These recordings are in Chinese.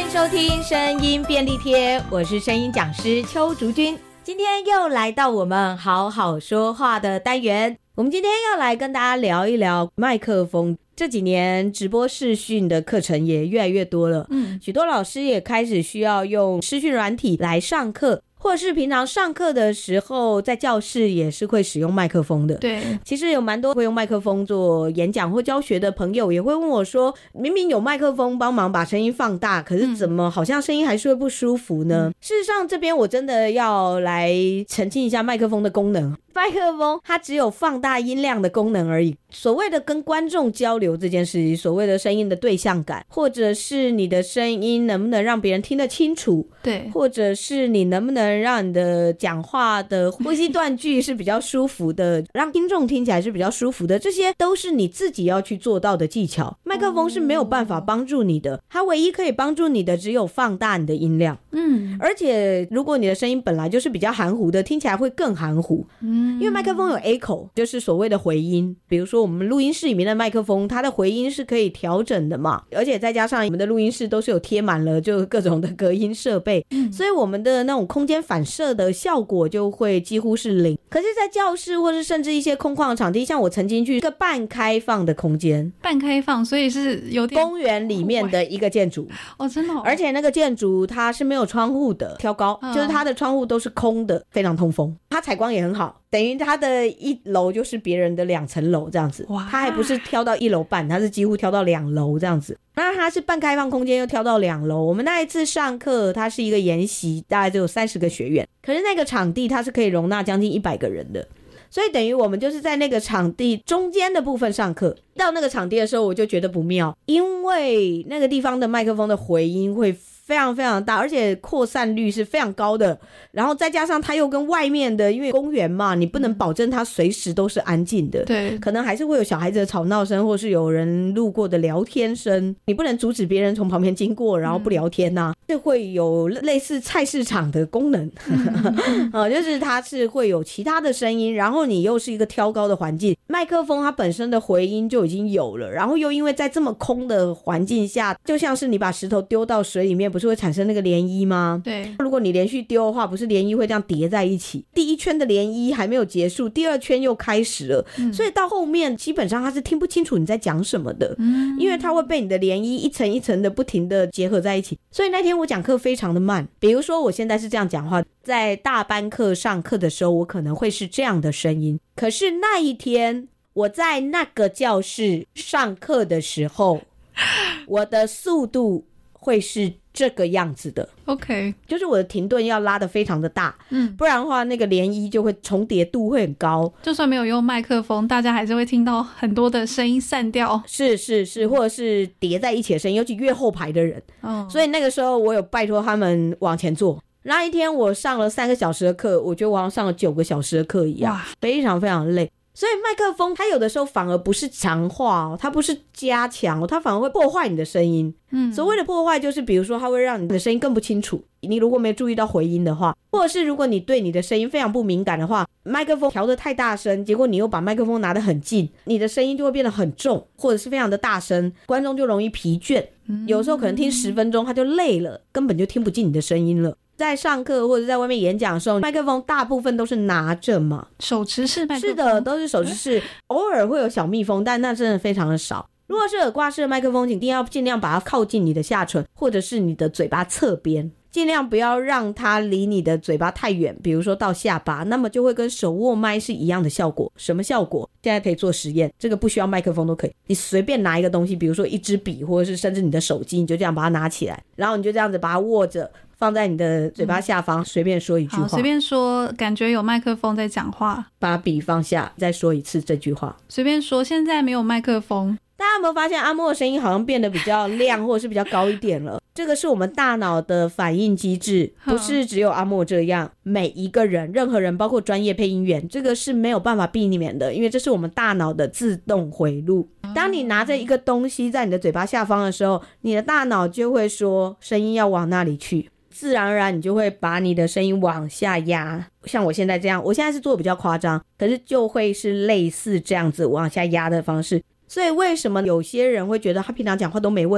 迎收听声音便利贴，我是声音讲师邱竹君。今天又来到我们好好说话的单元，我们今天要来跟大家聊一聊麦克风。这几年直播视讯的课程也越来越多了，许多老师也开始需要用视讯软体来上课，或者是平常上课的时候在教室也是会使用麦克风的。 对， 其实有蛮多会用麦克风做演讲或教学的朋友也会问我说，明明有麦克风帮忙把声音放大，可是怎么好像声音还是会不舒服呢？事实上这边我真的要来澄清一下麦克风的功能。麦克风它只有放大音量的功能而已，所谓的跟观众交流这件事，所谓的声音的对象感，或者是你的声音能不能让别人听得清楚， 对， 或者是你能不能让你的讲话的呼吸断句是比较舒服的，让听众听起来是比较舒服的，这些都是你自己要去做到的技巧。麦克风是没有办法帮助你的，它唯一可以帮助你的只有放大你的音量。而且如果你的声音本来就是比较含糊的，听起来会更含糊。因为麦克风有 echo， 就是所谓的回音，比如说我们录音室里面的麦克风，它的回音是可以调整的嘛，而且再加上我们的录音室都是有贴满了就各种的隔音设备，所以我们的那种空间反射的效果就会几乎是零。可是在教室或是甚至一些空旷的场地，像我曾经去一个半开放的空间， 半开放，所以是有点公园里面的一个建筑哦，真的哦， 而且那个建筑它是没有窗户的，挑高，就是它的窗户都是空的，非常通风，它采光也很好，等于它的一楼就是别人的2层楼这样子，它还不是挑到1楼半，它是几乎挑到2楼这样子。那它是半开放空间又挑到2楼，我们那一次上课它是一个研习，大概只有30个学员，可是那个场地它是可以容纳将近100个人的，所以等于我们就是在那个场地中间的部分上课。到那个场地的时候我就觉得不妙，因为那个地方的麦克风的回音会非常非常大，而且扩散率是非常高的，然后再加上它又跟外面的，因为公园嘛，你不能保证它随时都是安静的， 对， 可能还是会有小孩子的吵闹声，或是有人路过的聊天声，你不能阻止别人从旁边经过然后不聊天啊，这会有类似菜市场的功能就是它是会有其他的声音，然后你又是一个挑高的环境，麦克风它本身的回音就已经有了，然后又因为在这么空的环境下，就像是你把石头丢到水里面不是会产生那个涟漪吗？ 对， 如果你连续丢的话，不是涟漪会这样叠在一起，第一圈的涟漪还没有结束，第二圈又开始了，所以到后面基本上他是听不清楚你在讲什么的，因为它会被你的涟漪一层一层的不停的结合在一起。所以那天我讲课非常的慢，比如说我现在是这样讲话，在大班课上课的时候我可能会是这样的声音，可是那一天我在那个教室上课的时候我的速度会是这个样子的 OK， 就是我的停顿要拉得非常的大，不然的话那个涟漪就会重叠度会很高， 就算没有用麦克风大家还是会听到很多的声音散掉， 是，或者是叠在一起的声音，尤其越后排的人，所以那个时候我有拜托他们往前坐。那一天我上了3个小时的课，我觉得我好像上了9个小时的课一样，非常非常累。所以麦克风它有的时候反而不是强化它不是加强它反而会破坏你的声音。所谓的破坏就是比如说它会让你的声音更不清楚，你如果没注意到回音的话，或者是如果你对你的声音非常不敏感的话，麦克风调得太大声，结果你又把麦克风拿得很近，你的声音就会变得很重，或者是非常的大声，观众就容易疲倦，有时候可能听10分钟他就累了，根本就听不进你的声音了。在上课或者在外面演讲的时候，麦克风大部分都是拿着嘛， 手持式麦克风， 是的，都是手持式，偶尔会有小蜜蜂，但那真的非常的少。如果是耳挂式的麦克风，请一定要尽量把它靠近你的下唇或者是你的嘴巴侧边，尽量不要让它离你的嘴巴太远，比如说到下巴，那么就会跟手握麦是一样的效果。什么效果？现在可以做实验，这个不需要麦克风都可以，你随便拿一个东西，比如说一支笔或者是甚至你的手机，你就这样把它拿起来，然后你就这样子把它握着放在你的嘴巴下方，随便说一句话， 好，随便说，感觉有麦克风在讲话， 把笔放下再说一次这句话， 随便说，现在没有麦克风。 大家有没有发现阿莫的声音好像变得比较亮或者是比较高一点了？这个是我们大脑的反应机制，不是只有阿莫这样，每一个人任何人包括专业配音员，这个是没有办法避免的，因为这是我们大脑的自动回路。当你拿着一个东西在你的嘴巴下方的时候，你的大脑就会说声音要往那里去，自然而然你就会把你的声音往下压，像我现在这样，我现在是做的比较夸张，可是就会是类似这样子往下压的方式。所以为什么有些人会觉得他平常讲话都没问题，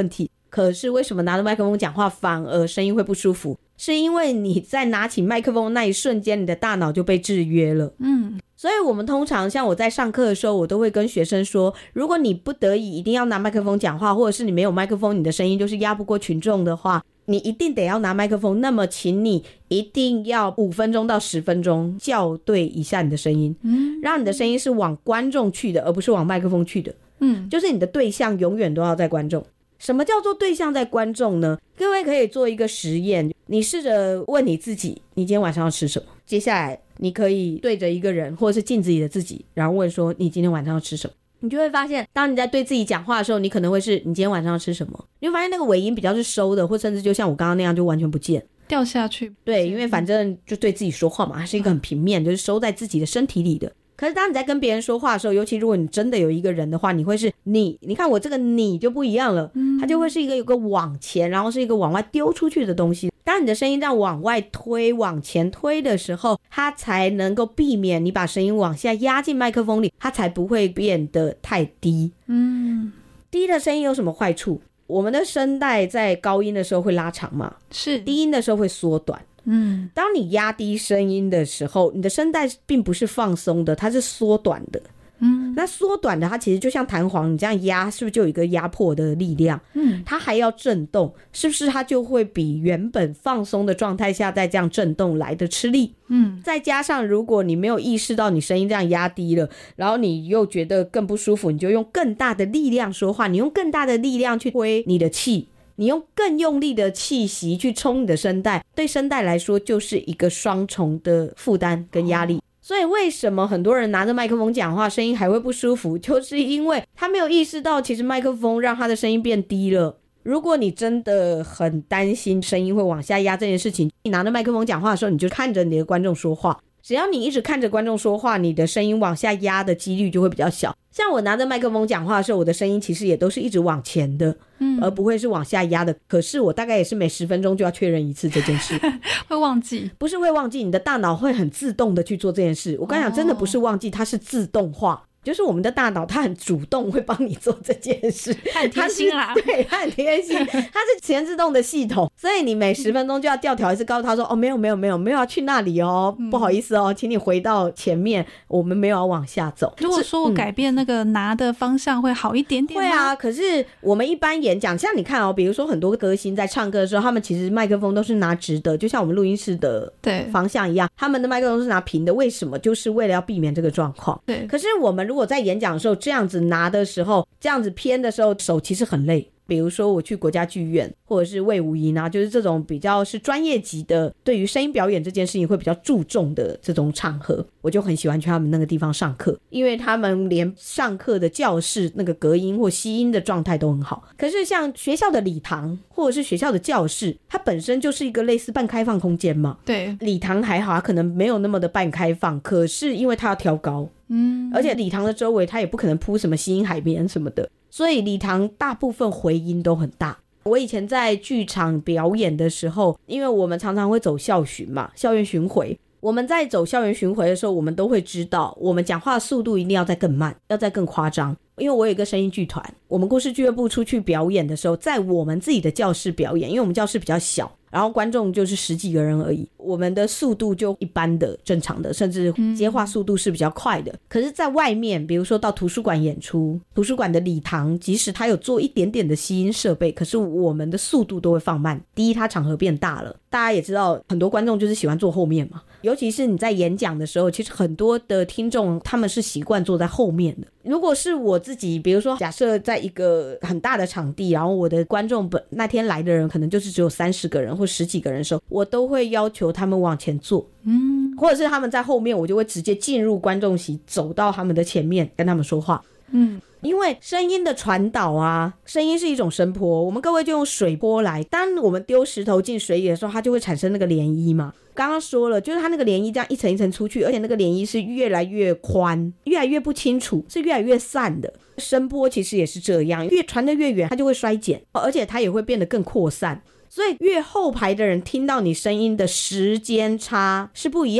可是为什么拿着麦克风讲话反而声音会不舒服？是因为你在拿起麦克风那一瞬间，你的大脑就被制约了。所以我们通常像我在上课的时候，我都会跟学生说，如果你不得已一定要拿麦克风讲话，或者是你没有麦克风，你的声音就是压不过群众的话，你一定得要拿麦克风，那么请你一定要5分钟到10分钟校对一下你的声音，让你的声音是往观众去的，而不是往麦克风去的。就是你的对象永远都要在观众。什么叫做对象在观众呢？各位可以做一个实验，你试着问你自己，你今天晚上要吃什么？接下来你可以对着一个人或者是镜子里的自己，然后问说你今天晚上要吃什么？你就会发现，当你在对自己讲话的时候，你可能会是你今天晚上要吃什么？你会发现那个尾音比较是收的，或甚至就像我刚刚那样就完全不见掉下去。对， 因为反正就对自己说话嘛，它是一个很平面，就是收在自己的身体里的。可是当你在跟别人说话的时候，尤其如果你真的有一个人的话，你会是你看我这个你就不一样了，它就会是有个往前，然后是一个往外丢出去的东西。当你的声音这样往外推往前推的时候，它才能够避免你把声音往下压进麦克风里，它才不会变得太低。低的声音有什么坏处？我们的声带在高音的时候会拉长嘛，是低音的时候会缩短。当你压低声音的时候，你的声带并不是放松的，它是缩短的。那缩短的它其实就像弹簧，你这样压是不是就有一个压迫的力量？它还要震动，是不是它就会比原本放松的状态下再这样震动来的吃力？再加上如果你没有意识到你声音这样压低了，然后你又觉得更不舒服，你就用更大的力量说话，你用更大的力量去推你的气，你用更用力的气息去冲你的声带，对声带来说就是一个双重的负担跟压力。所以为什么很多人拿着麦克风讲话声音还会不舒服，就是因为他没有意识到其实麦克风让他的声音变低了。如果你真的很担心声音会往下压这件事情，你拿着麦克风讲话的时候，你就看着你的观众说话，只要你一直看着观众说话，你的声音往下压的几率就会比较小。像我拿着麦克风讲话的时候，我的声音其实也都是一直往前的，而不会是往下压的。可是我大概也是每10分钟就要确认一次这件事。 会忘记？不是会忘记，你的大脑会很自动的去做这件事。我刚才讲真的不是忘记，它是自动化。就是我们的大脑它很主动会帮你做这件事， 它很贴心啦。 对，它很贴心，它是全自动的系统，所以你每10分钟就要调调一次，告诉他说没有要去那里哦，不好意思哦，请你回到前面，我们没有要往下走。 如果说我改变那个拿的方向会好一点点吗？ 会啊，可是我们一般演讲，像你看比如说很多歌星在唱歌的时候，他们其实麦克风都是拿直的，就像我们录音室的方向一样，他们的麦克风是拿平的，为什么？就是为了要避免这个状况。对，可是我们如果在演讲的时候这样子拿的时候，这样子偏的时候，手其实很累。比如说我去国家剧院或者是魏武营啊，就是这种比较是专业级的，对于声音表演这件事情会比较注重的这种场合，我就很喜欢去他们那个地方上课，因为他们连上课的教室那个隔音或吸音的状态都很好。可是像学校的礼堂或者是学校的教室，它本身就是一个类似半开放空间嘛。对，礼堂还好，它可能没有那么的半开放，可是因为它要挑高，而且礼堂的周围它也不可能铺什么吸音海绵什么的，所以礼堂大部分回音都很大。我以前在剧场表演的时候，因为我们常常会走校巡嘛，校园巡回，我们在走校园巡回的时候，我们都会知道我们讲话的速度一定要再更慢，要再更夸张。因为我有一个声音剧团，我们故事俱乐部出去表演的时候，在我们自己的教室表演，因为我们教室比较小，然后观众就是10几个人而已，我们的速度就一般的正常的，甚至接话速度是比较快的。可是在外面比如说到图书馆演出，图书馆的礼堂即使它有做一点点的吸音设备，可是我们的速度都会放慢。第一，它场合变大了，大家也知道很多观众就是喜欢坐后面嘛，尤其是你在演讲的时候，其实很多的听众他们是习惯坐在后面的。如果是我自己，比如说假设在一个很大的场地，然后我的观众那天来的人可能就是只有30个人或10几个人的时候，我都会要求他们往前坐，或者是他们在后面，我就会直接进入观众席，走到他们的前面跟他们说话。因为声音的传导啊，声音是一种声波，我们各位就用水波来，当我们丢石头进水里的时候，它就会产生那个涟涟嘛。刚刚说了，就是它那个涟漪这样一层一层出去，而且那个涟漪是越来越宽，越来越不清楚，是越来越散的。声波其实也是这样，越传得越远它就会衰减，而且它也会变得更扩散，所以越后排的人听到你声音的时间差是不一样的。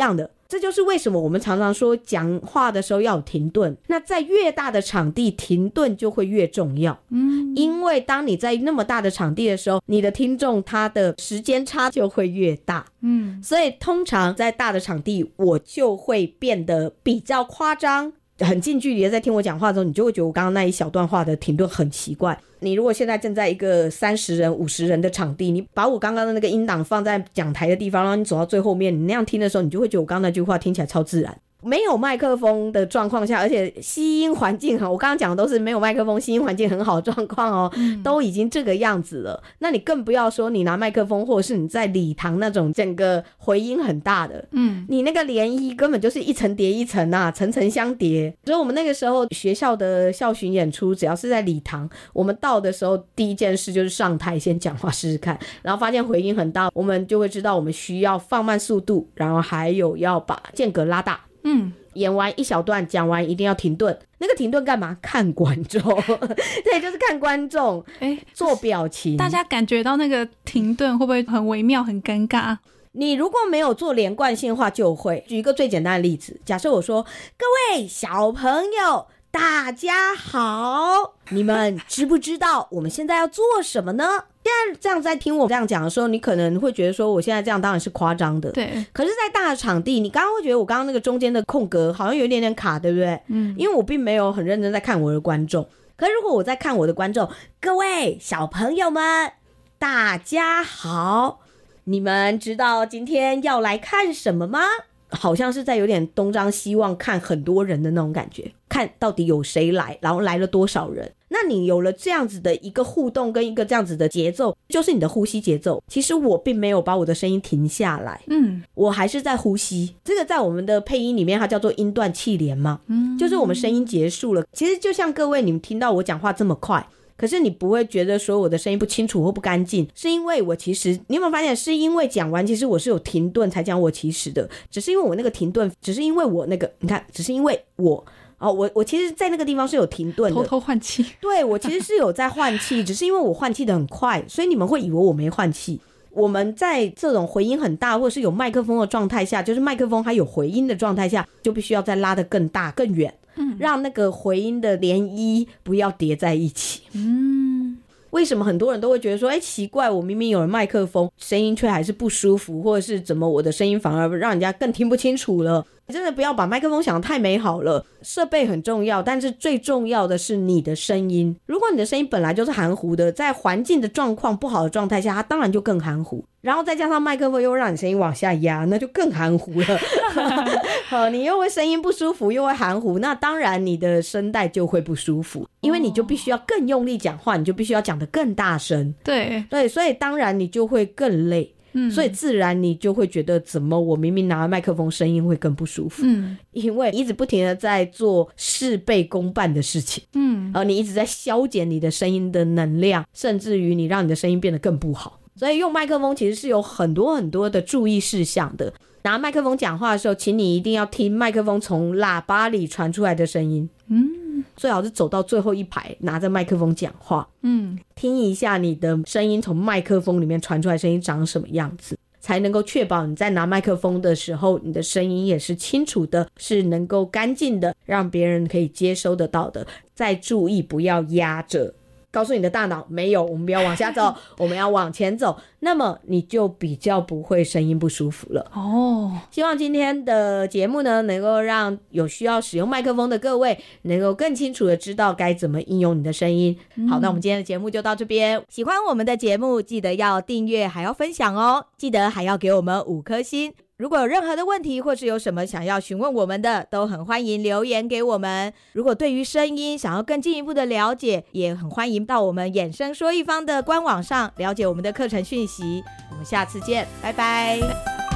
这就是为什么我们常常说讲话的时候要有停顿，那在越大的场地停顿就会越重要。因为当你在那么大的场地的时候，你的听众他的时间差就会越大。所以通常在大的场地我就会变得比较夸张，很近距离的在听我讲话的时候，你就会觉得我刚刚那一小段话的停顿很奇怪。你如果现在正在一个30人50人的场地，你把我刚刚的那个音档放在讲台的地方，然后你走到最后面，你那样听的时候，你就会觉得我刚刚那句话听起来超自然。没有麦克风的状况下，而且吸音环境我刚刚讲的都是没有麦克风吸音环境很好的状况哦，都已经这个样子了，那你更不要说你拿麦克风，或者是你在礼堂那种整个回音很大的，你那个涟漪根本就是一层叠一层啊，层层相叠。所以我们那个时候学校的校巡演出，只要是在礼堂，我们到的时候第一件事就是上台先讲话试试看，然后发现回音很大，我们就会知道我们需要放慢速度，然后还有要把间隔拉大。演完一小段讲完一定要停顿，那个停顿干嘛？看观众对，就是看观众做表情。 大家感觉到那个停顿会不会很微妙很尴尬？ 你如果没有做连贯性的话就会。举一个最简单的例子，假设我说各位小朋友大家好，你们知不知道我们现在要做什么呢？现在这样在听我这样讲的时候，你可能会觉得说我现在这样当然是夸张的， 对。 可是在大的场地，你刚刚会觉得我刚刚那个中间的空格好像有一点点卡，对不对？因为我并没有很认真在看我的观众。可是如果我在看我的观众，各位小朋友们大家好，你们知道今天要来看什么吗？好像是在有点东张西望看很多人的那种感觉，看到底有谁来，然后来了多少人。那你有了这样子的一个互动跟一个这样子的节奏，就是你的呼吸节奏。其实我并没有把我的声音停下来，我还是在呼吸。这个在我们的配音里面它叫做音断气连嘛，就是我们声音结束了。其实就像各位你们听到我讲话这么快，可是你不会觉得说我的声音不清楚或不干净，是因为我其实你有没有发现，是因为讲完其实我是有停顿才讲我其实的，只是因为我那个停顿，只是因为我那个你看，只是因为我其实在那个地方是有停顿的， 偷偷换气。 对，我其实是有在换气只是因为我换气的很快，所以你们会以为我没换气。我们在这种回音很大或者是有麦克风的状态下，就是麦克风还有回音的状态下，就必须要再拉得更大更远，让那个回音的涟漪不要叠在一起。为什么很多人都会觉得说奇怪，我明明有了麦克风声音却还是不舒服，或者是怎么我的声音反而让人家更听不清楚了。你真的不要把麦克风想得太美好了，设备很重要，但是最重要的是你的声音。如果你的声音本来就是含糊的，在环境的状况不好的状态下，它当然就更含糊，然后再加上麦克风又让你声音往下压，那就更含糊了你又会声音不舒服又会含糊，那当然你的声带就会不舒服，因为你就必须要更用力讲话，你就必须要讲得更大声。 对， 所以当然你就会更累，所以自然你就会觉得怎么我明明拿了麦克风声音会更不舒服，因为一直不停的在做事倍功半的事情，你一直在消减你的声音的能量，甚至于你让你的声音变得更不好。所以用麦克风其实是有很多很多的注意事项的。拿麦克风讲话的时候，请你一定要听麦克风从喇叭里传出来的声音，最好是走到最后一排拿着麦克风讲话，听一下你的声音从麦克风里面传出来的声音长什么样子，才能够确保你在拿麦克风的时候你的声音也是清楚的，是能够干净的，让别人可以接收得到的。再注意不要压着，告诉你的大脑没有，我们不要往下走我们要往前走，那么你就比较不会声音不舒服了。希望今天的节目呢，能够让有需要使用麦克风的各位能够更清楚的知道该怎么应用你的声音。好，那我们今天的节目就到这边。喜欢我们的节目记得要订阅还要分享哦，记得还要给我们5颗星。如果有任何的问题或是有什么想要询问我们的，都很欢迎留言给我们。如果对于声音想要更进一步的了解，也很欢迎到我们衍声说一方的官网上了解我们的课程讯息。我们下次见，拜拜。